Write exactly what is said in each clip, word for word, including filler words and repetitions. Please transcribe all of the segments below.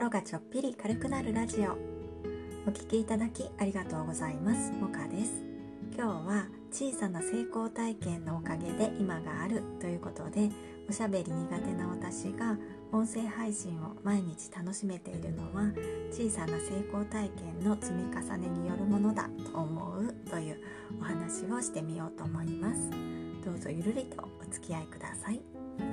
心がちょっぴり軽くなるラジオ。お聞きいただきありがとうございます。もかです。今日は小さな成功体験のおかげで今があるということで、おしゃべり苦手な私が音声配信を毎日楽しめているのは小さな成功体験の積み重ねによるものだと思うというお話をしてみようと思います。どうぞゆるりとお付き合いください。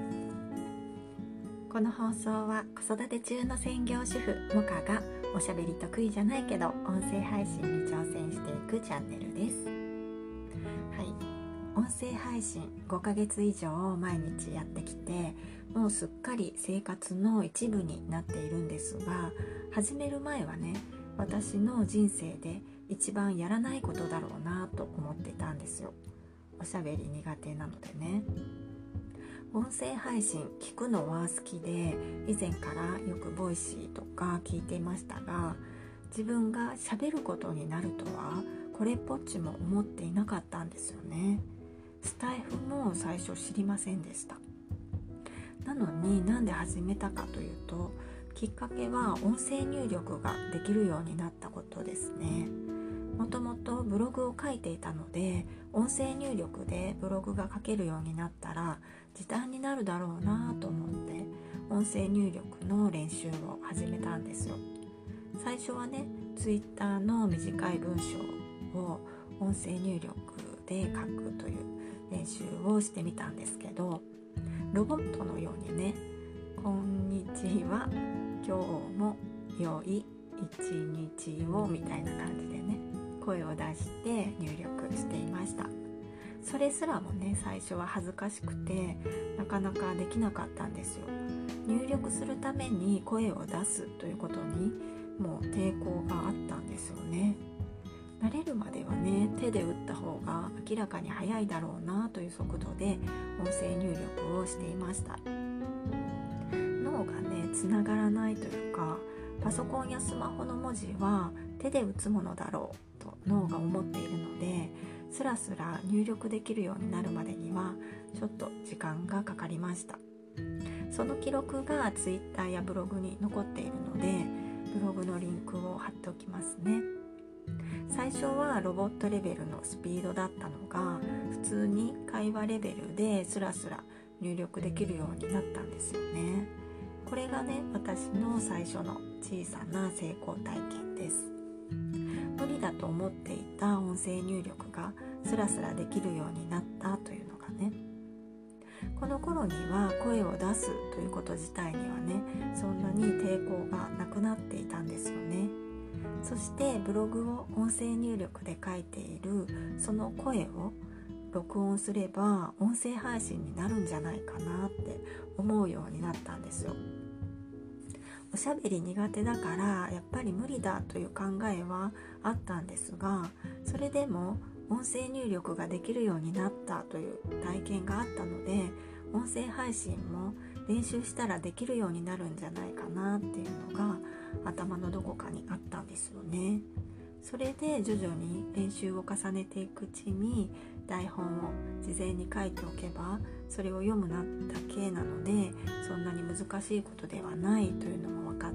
この放送は子育て中の専業主婦モカがおしゃべり得意じゃないけど音声配信に挑戦していくチャンネルです。はい、音声配信ごかげつ以上毎日やってきて、もうすっかり生活の一部になっているんですが、始める前はね、私の人生で一番やらないことだろうなと思っていたんですよ。おしゃべり苦手なのでね。音声配信聞くのは好きで、以前からよくボイシーとか聞いていましたが、自分が喋ることになるとはこれっぽっちも思っていなかったんですよね。スタイフも最初知りませんでした。なのになんで始めたかというと、きっかけは音声入力ができるようになったことですね。もともとブログを書いていたので、音声入力でブログが書けるようになったら時短になるだろうなと思って音声入力の練習を始めたんですよ。最初はね、ツイッターの短い文章を音声入力で書くという練習をしてみたんですけど、ロボットのようにね、こんにちは、今日も良い一日をみたいな感じでね、声を出して入力していました。それすらもね、最初は恥ずかしくてなかなかできなかったんですよ。入力するために声を出すということにもう抵抗があったんですよね。慣れるまではね、手で打った方が明らかに早いだろうなという速度で音声入力をしていました。脳がね、つながらないというか、パソコンやスマホの文字は手で打つものだろうと脳が思っているので、スラスラ入力できるようになるまでにはちょっと時間がかかりました。その記録がツイッターやブログに残っているので、ブログのリンクを貼っておきますね。最初はロボットレベルのスピードだったのが、普通に会話レベルでスラスラ入力できるようになったんですよね。これがね、私の最初の小さな成功体験です。無理だと思っていた音声入力がスラスラできるようになったというのがね、この頃には声を出すということ自体にはね、そんなに抵抗がなくなっていたんですよね。そしてブログを音声入力で書いているその声を録音すれば音声配信になるんじゃないかなって思うようになったんですよ。おしゃべり苦手だからやっぱり無理だという考えはあったんですが、それでも音声入力ができるようになったという体験があったので、音声配信も練習したらできるようになるんじゃないかなっていうのが頭のどこかにあったんですよね。それで徐々に練習を重ねていくうちに、台本を事前に書いておけばそれを読むなだけなので、そんなに難しいことではないというのも分かって、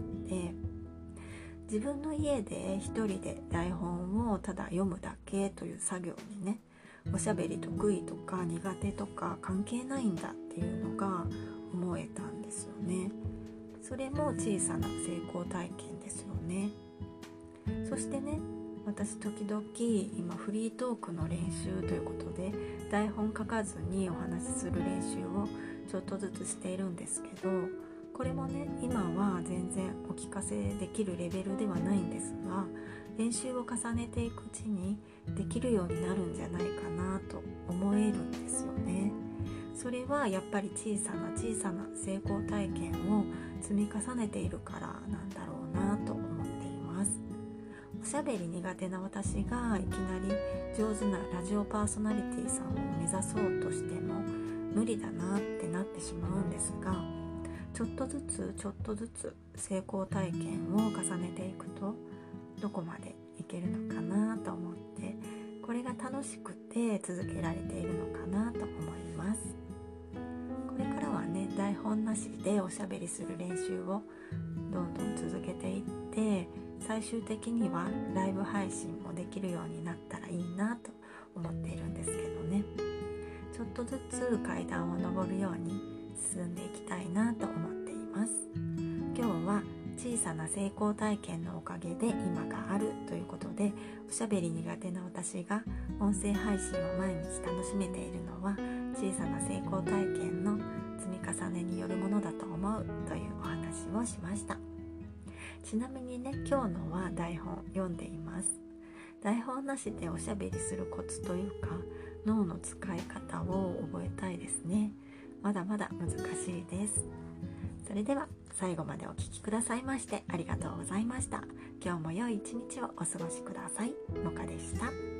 自分の家で一人で台本をただ読むだけという作業にね、おしゃべり得意とか苦手とか関係ないんだっていうのが思えたんですよね。それも小さな成功体験ですよね。そしてね、私時々今フリートークの練習ということで台本書かずにお話しする練習をちょっとずつしているんですけど、これもね、今は全然お聞かせできるレベルではないんですが、練習を重ねていくうちにできるようになるんじゃないかなと思えるんですよね。それはやっぱり小さな小さな成功体験を積み重ねているからなんだろうなと思っています。おしゃべり苦手な私がいきなり上手なラジオパーソナリティさんを目指そうとしても無理だなってなってしまうんですが、ちょっとずつちょっとずつ成功体験を重ねていくとどこまでいけるのかなと思って、これが楽しくて続けられているのかなと思います。これからはね、台本なしでおしゃべりする練習をどんどん続けていって、最終的にはライブ配信もできるようになったらいいなと思っているんですけどね。ちょっとずつ階段を上るように進んでいきたいなと思っています。今日は小さな成功体験のおかげで今があるということで、おしゃべり苦手な私が音声配信を毎日楽しめているのは小さな成功体験の積み重ねによるものだと思うというお話をしました。ちなみにね、今日のは台本読んでいます。台本なしでおしゃべりするコツというか、脳の使い方を覚えたいですね。まだまだ難しいです。それでは最後までお聞きくださいましてありがとうございました。今日も良い一日をお過ごしください。もかでした。